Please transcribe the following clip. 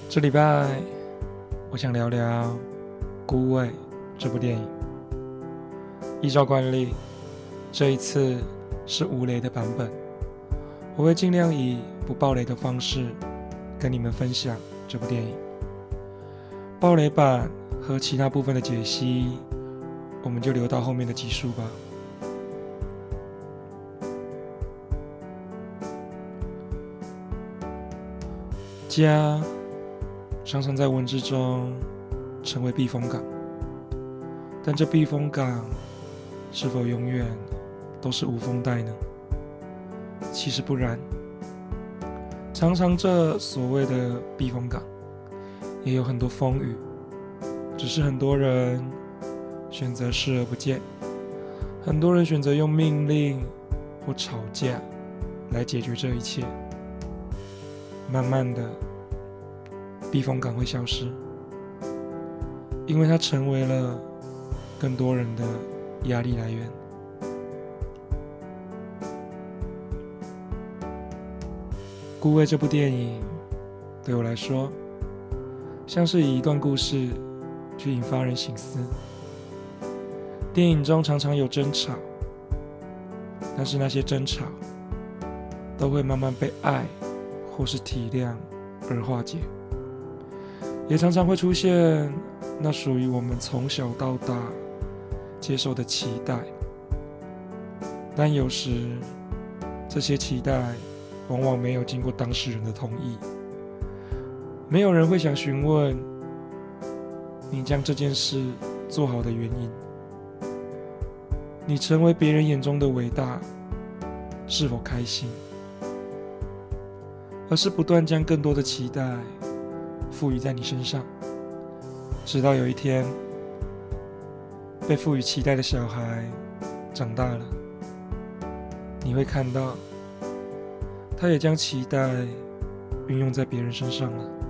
这礼拜我想聊聊《孤味》这部电影。依照惯例，这一次是无雷的版本，我会尽量以不爆雷的方式跟你们分享这部电影。爆雷版和其他部分的解析，我们就留到后面的集数吧。家常常在文字中成为避风港，但这避风港是否永远都是无风带呢？其实不然，常常这所谓的避风港也有很多风雨，只是很多人选择视而不见，很多人选择用命令或吵架来解决这一切。慢慢的，避风港会消失，因为它成为了更多人的压力来源。孤味这部电影对我来说，像是以一段故事去引发人省思。电影中常常有争吵，但是那些争吵都会慢慢被爱或是体谅而化解，也常常会出现那属于我们从小到大接受的期待，但有时这些期待往往没有经过当事人的同意，没有人会想询问你将这件事做好的原因，你成为别人眼中的伟大是否开心，而是不断将更多的期待赋予在你身上，直到有一天，被赋予期待的小孩长大了，你会看到，他也将期待运用在别人身上了。